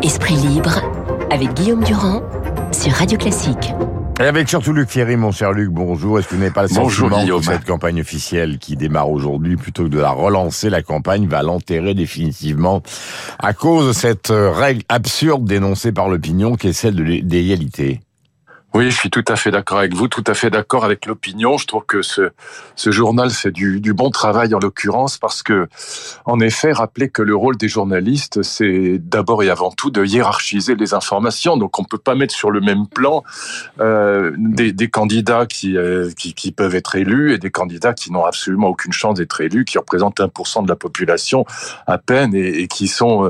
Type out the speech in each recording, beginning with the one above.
Esprit libre, avec Guillaume Durand, sur Radio Classique. Et avec surtout Luc Ferry, mon cher Luc, bonjour. Est-ce que vous n'avez pas le sentiment que cette campagne officielle qui démarre aujourd'hui, plutôt que de la relancer, la campagne va l'enterrer définitivement à cause de cette règle absurde dénoncée par l'opinion qui est celle de l'égalité? Oui, je suis tout à fait d'accord avec vous, tout à fait d'accord avec l'opinion. Je trouve que ce journal fait du bon travail en l'occurrence parce que, en effet, rappeler que le rôle des journalistes, c'est d'abord et avant tout de hiérarchiser les informations. Donc, on peut pas mettre sur le même plan des candidats qui peuvent être élus et des candidats qui n'ont absolument aucune chance d'être élus, qui représentent 1% de la population à peine et qui sont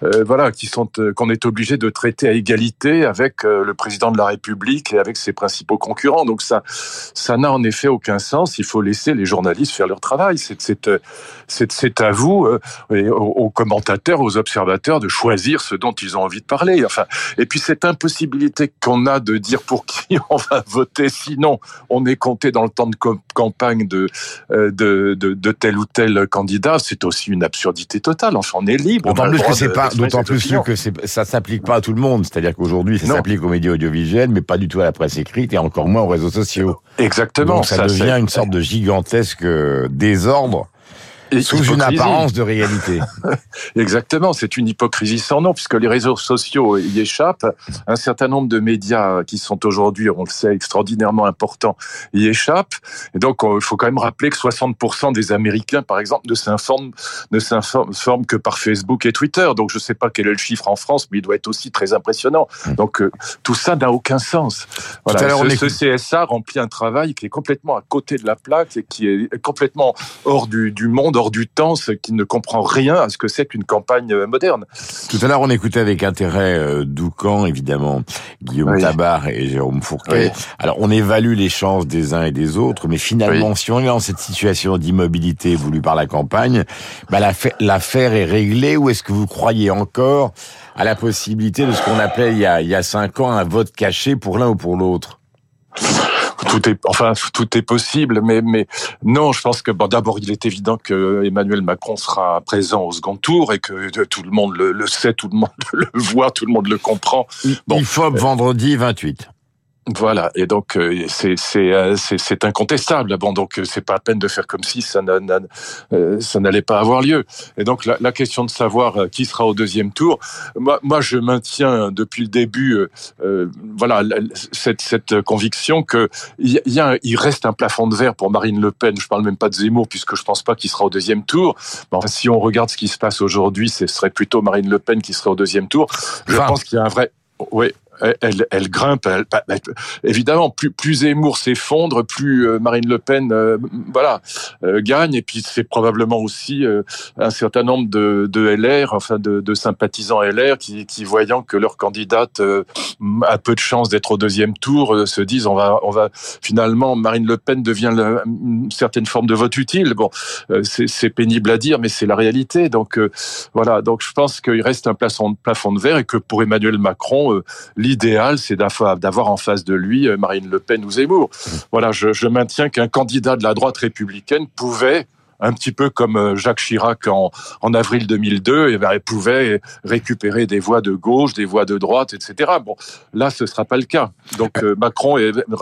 qu'on est obligé de traiter à égalité avec le président de la République et avec ses principaux concurrents. Donc ça n'a en effet aucun sens. Il faut laisser les journalistes faire leur travail. C'est à vous, et aux commentateurs, aux observateurs, de choisir ce dont ils ont envie de parler. Enfin, et puis cette impossibilité qu'on a de dire pour qui on va voter, sinon on est compté dans le temps de campagne de tel ou tel candidat, c'est aussi une absurdité totale. Enfin, on est libre. D'autant plus que ça s'applique pas à tout le monde. C'est-à-dire qu'aujourd'hui, ça s'applique aux médias audiovisuels, mais pas du tout à la presse écrite et encore moins aux réseaux sociaux. Exactement. Donc ça devient une sorte de gigantesque désordre sous une apparence de réalité. Exactement, c'est une hypocrisie sans nom, puisque les réseaux sociaux y échappent. Un certain nombre de médias qui sont aujourd'hui, on le sait, extraordinairement importants, y échappent. Et donc, il faut quand même rappeler que 60% des Américains, par exemple, ne s'informent que par Facebook et Twitter. Donc, je ne sais pas quel est le chiffre en France, mais il doit être aussi très impressionnant. Donc, tout ça n'a aucun sens. Voilà. Ce CSA remplit un travail qui est complètement à côté de la plaque et qui est complètement hors du monde, hors du temps, ce qui ne comprend rien à ce que c'est qu'une campagne moderne. Tout à l'heure, on écoutait avec intérêt Doucan, évidemment, Guillaume Tabar et Jérôme Fourquet. Oui. Alors, on évalue les chances des uns et des autres, mais finalement, si on est dans cette situation d'immobilité voulue par la campagne, l'affaire est réglée, ou est-ce que vous croyez encore à la possibilité de ce qu'on appelait il y a 5 ans un vote caché pour l'un ou pour l'autre? Tout est possible, mais non, je pense que d'abord il est évident que Emmanuel Macron sera présent au second tour et que tout le monde le sait, tout le monde le voit, tout le monde le comprend. IFOP vendredi 28. Voilà, et donc c'est incontestable. Bon, donc c'est pas à peine de faire comme si ça n'allait pas avoir lieu. Et donc la question de savoir qui sera au deuxième tour, moi je maintiens depuis le début, cette conviction que il reste un plafond de verre pour Marine Le Pen. Je parle même pas de Zemmour puisque je pense pas qu'il sera au deuxième tour. Si on regarde ce qui se passe aujourd'hui, ce serait plutôt Marine Le Pen qui serait au deuxième tour. Je pense qu'il y a un vrai, Elle grimpe, évidemment, plus Zemmour s'effondre, plus Marine Le Pen gagne, et puis c'est probablement aussi un certain nombre de LR, enfin de sympathisants LR qui voyant que leur candidate a peu de chance d'être au deuxième tour, se disent on va finalement Marine Le Pen devient une certaine forme de vote utile. Bon, c'est pénible à dire, mais c'est la réalité. Donc donc je pense qu'il reste un plafond de verre et que pour Emmanuel Macron, l'idéal, c'est d'avoir en face de lui Marine Le Pen ou Zemmour. Voilà, je maintiens qu'un candidat de la droite républicaine pouvait, un petit peu comme Jacques Chirac en avril 2002, pouvait récupérer des voix de gauche, des voix de droite, etc. Bon, là, ce sera pas le cas. Donc Macron,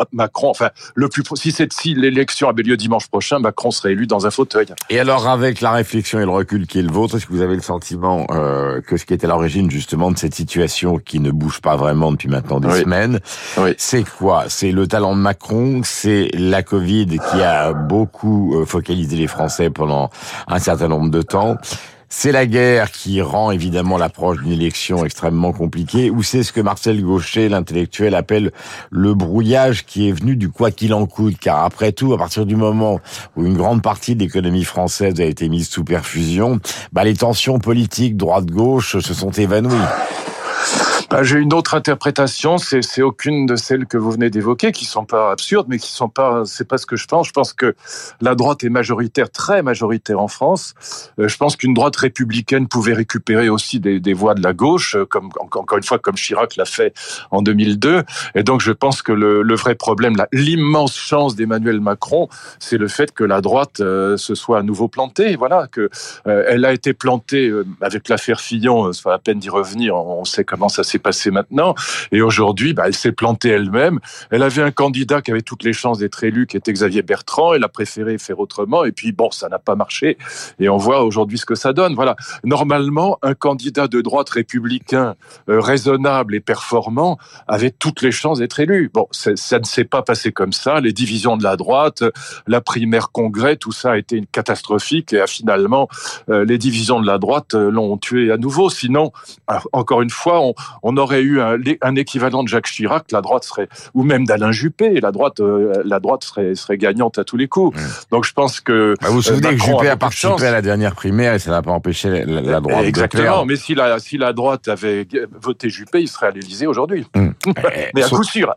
si l'élection avait lieu dimanche prochain, Macron serait élu dans un fauteuil. Et alors, avec la réflexion et le recul qui est le vôtre, est-ce que vous avez le sentiment que ce qui est à l'origine justement de cette situation qui ne bouge pas vraiment depuis maintenant des semaines, c'est quoi? C'est le talent de Macron, c'est la Covid qui a beaucoup focalisé les Français pendant un certain nombre de temps. C'est la guerre qui rend évidemment l'approche d'une élection extrêmement compliquée, ou c'est ce que Marcel Gauchet, l'intellectuel, appelle le brouillage qui est venu du quoi qu'il en coûte, car après tout, à partir du moment où une grande partie de l'économie française a été mise sous perfusion, les tensions politiques droite-gauche se sont évanouies. J'ai une autre interprétation, c'est aucune de celles que vous venez d'évoquer, qui sont pas absurdes, mais qui sont pas, c'est pas ce que je pense. Je pense que la droite est majoritaire, très majoritaire en France. Je pense qu'une droite républicaine pouvait récupérer aussi des voix de la gauche, comme encore une fois, comme Chirac l'a fait en 2002. Et donc, je pense que le vrai problème, l'immense chance d'Emmanuel Macron, c'est le fait que la droite se soit à nouveau plantée. Voilà, que elle a été plantée avec l'affaire Fillon. C'est pas la peine d'y revenir. On sait comment ça s'est passé maintenant. Et aujourd'hui, elle s'est plantée elle-même. Elle avait un candidat qui avait toutes les chances d'être élu, qui était Xavier Bertrand. Elle a préféré faire autrement. Et puis, ça n'a pas marché. Et on voit aujourd'hui ce que ça donne. Voilà. Normalement, un candidat de droite républicain raisonnable et performant avait toutes les chances d'être élu. Ça ne s'est pas passé comme ça. Les divisions de la droite, la primaire congrès, tout ça a été catastrophique. Et finalement, les divisions de la droite l'ont tué à nouveau. Sinon, encore une fois, on aurait eu un équivalent de Jacques Chirac, la droite serait, ou même d'Alain Juppé, la droite serait gagnante à tous les coups. Donc je pense que vous vous souvenez que Juppé a participé à la dernière primaire et ça n'a pas empêché la droite. Exactement. Mais si la droite avait voté Juppé, il serait à l'Élysée aujourd'hui. Mais à coup sûr.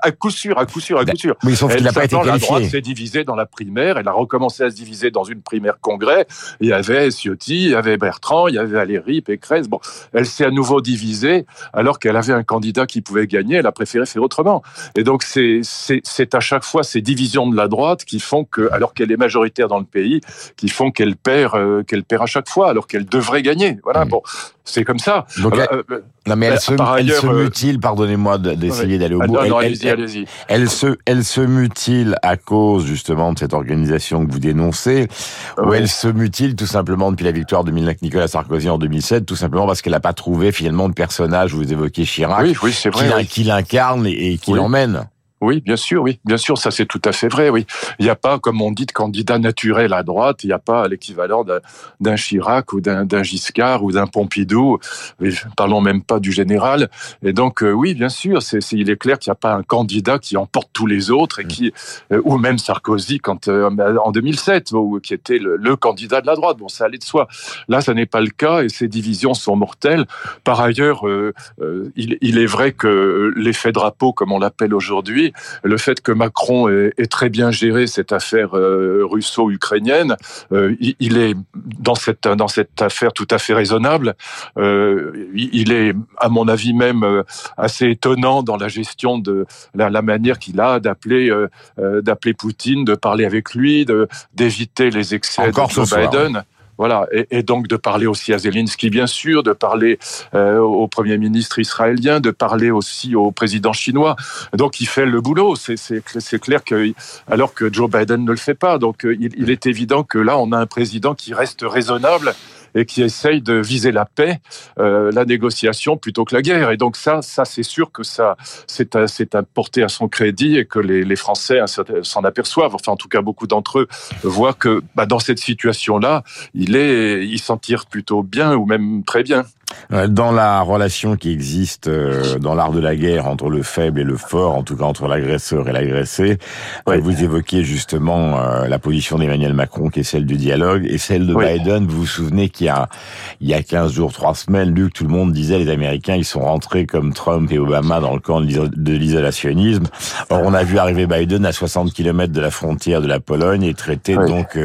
Mais sauf qu'il n'a pas été qualifié. La droite s'est divisée dans la primaire. Elle a recommencé à se diviser dans une primaire congrès. Il y avait Ciotti, il y avait Bertrand, il y avait Valérie Pécresse. Elle s'est à nouveau divisée alors qu'elle avait un candidat qui pouvait gagner. Elle a préféré faire autrement. Et donc c'est à chaque fois ces divisions de la droite qui font que, alors qu'elle est majoritaire dans le pays, qui font qu'elle perd à chaque fois alors qu'elle devrait gagner. Voilà. C'est comme ça. Donc, non, mais elle se mutile, pardonnez-moi d'essayer d'aller au bout. Allez-y. Elle se mutile à cause, justement, de cette organisation que vous dénoncez, ou elle se mutile tout simplement depuis la victoire de Nicolas Sarkozy en 2007, tout simplement parce qu'elle n'a pas trouvé finalement de personnage, vous évoquez Chirac, c'est vrai, qui l'incarne et qui l'emmène. Oui, bien sûr, ça c'est tout à fait vrai, oui. Il n'y a pas, comme on dit, de candidat naturel à droite, il n'y a pas l'équivalent d'un Chirac ou d'un Giscard ou d'un Pompidou, parlons même pas du général. Et donc, oui, bien sûr, il est clair qu'il n'y a pas un candidat qui emporte tous les autres et ou même Sarkozy en 2007, qui était le candidat de la droite. Ça allait de soi. Là, ça n'est pas le cas et ces divisions sont mortelles. Par ailleurs, il est vrai que l'effet drapeau, comme on l'appelle aujourd'hui, le fait que Macron ait très bien géré cette affaire russo-ukrainienne, il est dans cette affaire tout à fait raisonnable. Il est, à mon avis même, assez étonnant dans la gestion de la manière qu'il a d'appeler Poutine, de parler avec lui, d'éviter les excès de Joe Biden. Voilà, et donc de parler aussi à Zelensky, bien sûr, de parler au Premier ministre israélien, de parler aussi au président chinois. Donc il fait le boulot, c'est clair que, alors que Joe Biden ne le fait pas. Donc il est évident que là, on a un président qui reste raisonnable et qui essaye de viser la paix, la négociation plutôt que la guerre. Et donc ça c'est sûr que c'est à porter à son crédit et que les Français s'en aperçoivent. Enfin, en tout cas, beaucoup d'entre eux voient que dans cette situation-là, il s'en tire plutôt bien ou même très bien. Dans la relation qui existe dans l'art de la guerre entre le faible et le fort, en tout cas entre l'agresseur et l'agressé, vous évoquiez justement la position d'Emmanuel Macron qui est celle du dialogue et celle de Biden. Vous vous souvenez qu'il y a 15 jours, 3 semaines, Luc, tout le monde disait les Américains, ils sont rentrés comme Trump et Obama dans le camp de l'isolationnisme. Or, on a vu arriver Biden à 60 km de la frontière de la Pologne et traiter donc,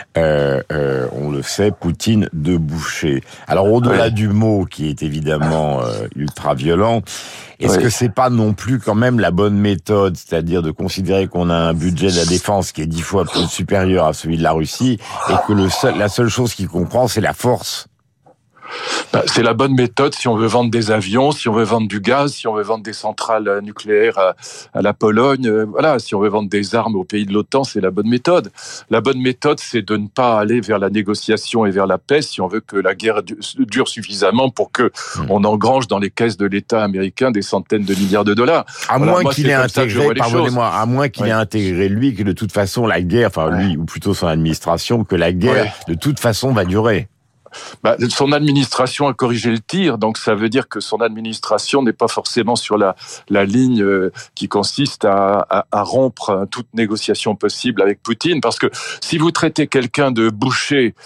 on le sait, Poutine de boucher. Alors, au-delà du mot qui est évidemment ultra violent, est-ce que c'est pas non plus quand même la bonne méthode, c'est-à-dire de considérer qu'on a un budget de la défense qui est 10 fois plus supérieur à celui de la Russie et que la seule chose qu'il comprend, c'est la force? C'est la bonne méthode si on veut vendre des avions, si on veut vendre du gaz, si on veut vendre des centrales nucléaires à la Pologne. Voilà, si on veut vendre des armes aux pays de l'OTAN, c'est la bonne méthode. La bonne méthode, c'est de ne pas aller vers la négociation et vers la paix si on veut que la guerre dure suffisamment pour que on engrange dans les caisses de l'État américain des centaines de milliards de dollars. À moins qu'il ait intégré, à moins qu'il ait intégré lui que de toute façon la guerre, lui ou plutôt son administration, que la guerre de toute façon va durer. Son administration a corrigé le tir, donc ça veut dire que son administration n'est pas forcément sur la ligne qui consiste à rompre toute négociation possible avec Poutine, parce que si vous traitez quelqu'un de boucher,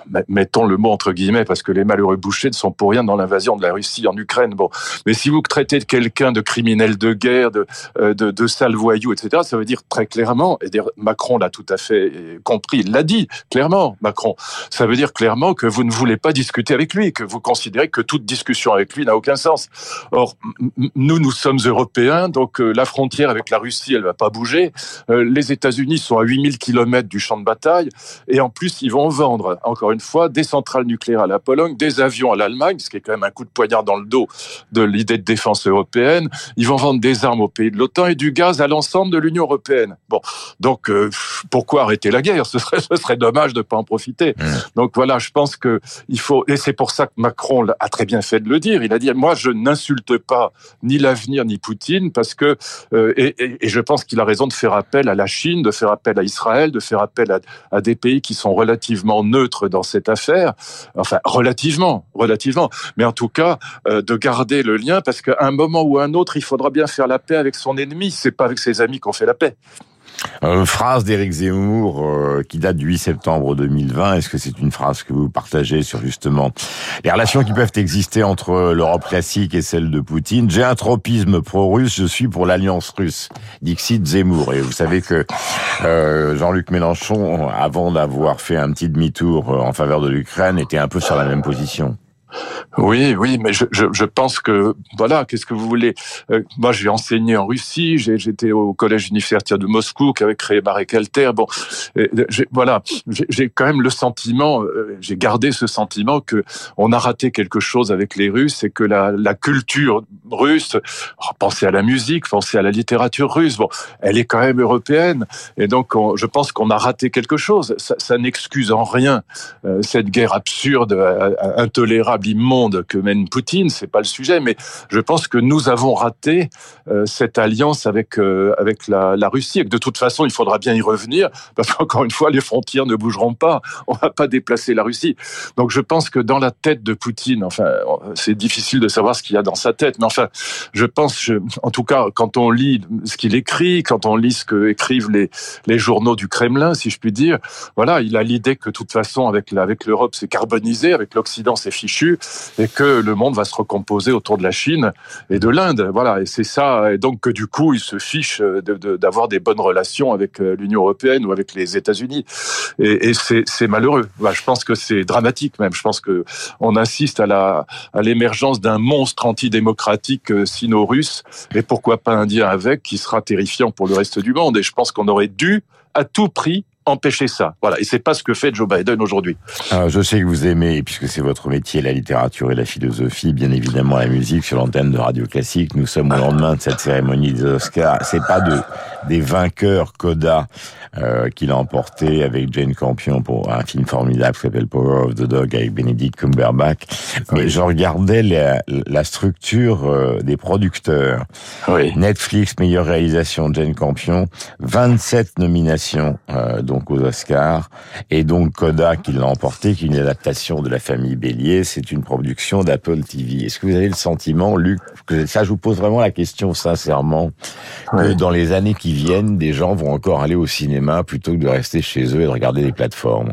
mettons le mot entre guillemets, parce que les malheureux bouchers ne sont pour rien dans l'invasion de la Russie en Ukraine. Bon, mais si vous traitez de quelqu'un de criminel de guerre, de sale voyou, etc., ça veut dire très clairement, et Macron l'a tout à fait compris, il l'a dit clairement, Macron, ça veut dire clairement que vous ne voulez pas discuter avec lui, que vous considérez que toute discussion avec lui n'a aucun sens. Or, nous sommes Européens, donc la frontière avec la Russie, elle va pas bouger. Les États-Unis sont à 8000 km du champ de bataille, et en plus, ils vont vendre, encore une fois, des centrales nucléaires à la Pologne, des avions à l'Allemagne, ce qui est quand même un coup de poignard dans le dos de l'idée de défense européenne. Ils vont vendre des armes aux pays de l'OTAN et du gaz à l'ensemble de l'Union européenne. Bon, donc pourquoi arrêter la guerre ? Ce serait dommage de ne pas en profiter. Donc voilà, je pense que il faut, et c'est pour ça que Macron a très bien fait de le dire. Il a dit, moi, je n'insulte pas ni l'avenir ni Poutine, parce que et je pense qu'il a raison de faire appel à la Chine, de faire appel à Israël, de faire appel à des pays qui sont relativement neutres dans cette affaire. Enfin, relativement. Mais en tout cas, de garder le lien, parce qu'à un moment ou à un autre, il faudra bien faire la paix avec son ennemi. C'est pas avec ses amis qu'on fait la paix. Phrase d'Éric Zemmour qui date du 8 septembre 2020. Est-ce que c'est une phrase que vous partagez sur justement les relations qui peuvent exister entre l'Europe classique et celle de Poutine ? J'ai un tropisme pro-russe, je suis pour l'alliance russe. Dixit Zemmour. Et vous savez que Jean-Luc Mélenchon, avant d'avoir fait un petit demi-tour en faveur de l'Ukraine, était un peu sur la même position. Oui, mais je pense que, voilà, qu'est-ce que vous voulez ? Moi, j'ai enseigné en Russie, j'étais au collège universitaire de Moscou, qui avait créé Marek Alter. Bon, j'ai quand même le sentiment, j'ai gardé ce sentiment que on a raté quelque chose avec les Russes, et que la culture russe, pensez à la musique, pensez à la littérature russe, bon, elle est quand même européenne, et donc je pense qu'on a raté quelque chose. Ça n'excuse en rien cette guerre absurde, intolérable, immonde que mène Poutine, c'est pas le sujet, mais je pense que nous avons raté cette alliance avec la Russie, et que de toute façon, il faudra bien y revenir, parce qu'encore une fois, les frontières ne bougeront pas, on va pas déplacer la Russie. Donc je pense que dans la tête de Poutine, enfin, c'est difficile de savoir ce qu'il y a dans sa tête, mais enfin, je pense, en tout cas, quand on lit ce qu'il écrit, quand on lit ce que écrivent les journaux du Kremlin, si je puis dire, voilà, il a l'idée que de toute façon, avec l'Europe, c'est carbonisé, avec l'Occident, c'est fichu, et que le monde va se recomposer autour de la Chine et de l'Inde. Voilà, et c'est ça. Et donc que du coup, il se fiche d'avoir des bonnes relations avec l'Union européenne ou avec les États-Unis. Et c'est malheureux. Voilà, je pense que c'est dramatique même. Je pense que on assiste à l'émergence d'un monstre antidémocratique sino-russe, et pourquoi pas indien avec, qui sera terrifiant pour le reste du monde. Et je pense qu'on aurait dû à tout prix empêcher ça. Voilà. Et c'est pas ce que fait Joe Biden aujourd'hui. Alors, je sais que vous aimez, puisque c'est votre métier, la littérature et la philosophie, bien évidemment la musique sur l'antenne de Radio Classique. Nous sommes au lendemain de cette cérémonie des Oscars. C'est pas des vainqueurs Coda qu'il a emporté avec Jane Campion pour un film formidable qui s'appelle Power of the Dog avec Benedict Cumberbatch. Mais je regardais la structure des producteurs. Oui. Netflix, meilleure réalisation, Jane Campion, 27 nominations donc aux Oscars, et donc Coda qui l'a emporté, qui est une adaptation de La Famille Bélier. C'est une production d'Apple TV. Est-ce que vous avez le sentiment, Luc, que ça, je vous pose vraiment la question sincèrement, que dans les années qui viennent, des gens vont encore aller au cinéma plutôt que de rester chez eux et de regarder les plateformes?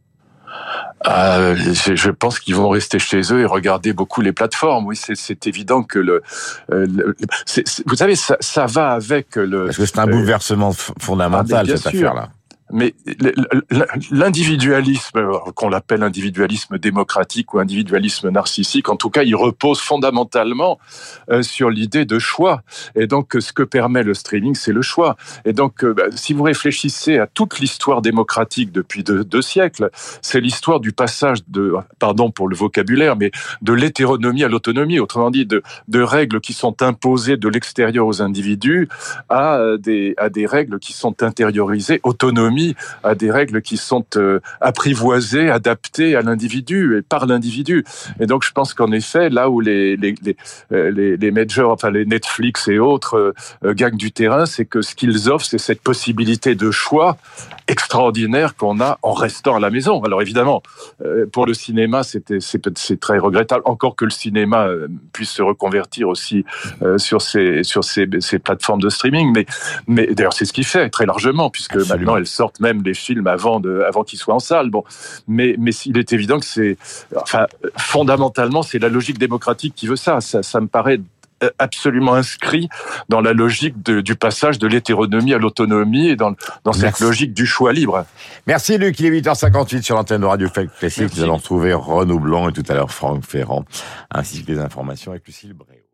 Je pense qu'ils vont rester chez eux et regarder beaucoup les plateformes. Oui, c'est évident que vous savez, ça va avec le... Parce que c'est un bouleversement fondamental, cette affaire-là. Mais l'individualisme, qu'on l'appelle individualisme démocratique ou individualisme narcissique, en tout cas, il repose fondamentalement sur l'idée de choix. Et donc, ce que permet le streaming, c'est le choix. Et donc, si vous réfléchissez à toute l'histoire démocratique depuis deux siècles, c'est l'histoire du passage pardon pour le vocabulaire, mais de l'hétéronomie à l'autonomie. Autrement dit, de règles qui sont imposées de l'extérieur aux individus à des règles qui sont intériorisées, autonomie, à des règles qui sont apprivoisées, adaptées à l'individu et par l'individu. Et donc, je pense qu'en effet, là où les majors, enfin les Netflix et autres gagnent du terrain, c'est que ce qu'ils offrent, c'est cette possibilité de choix extraordinaire qu'on a en restant à la maison. Alors évidemment, pour le cinéma, c'est très regrettable, encore que le cinéma puisse se reconvertir aussi sur ces plateformes de streaming. Mais d'ailleurs, c'est ce qu'il fait très largement, puisque Absolument. Maintenant, elles sortent sortent même les films avant qu'ils soient en salle. Bon, mais il est évident que fondamentalement, c'est la logique démocratique qui veut ça. Ça me paraît absolument inscrit dans la logique du passage de l'hétéronomie à l'autonomie et dans cette logique du choix libre. Merci Luc, il est 8h58 sur l'antenne de Radio Classique. Nous allons retrouver Renaud Blanc et tout à l'heure Franck Ferrand, ainsi que les informations avec Lucille Bréau.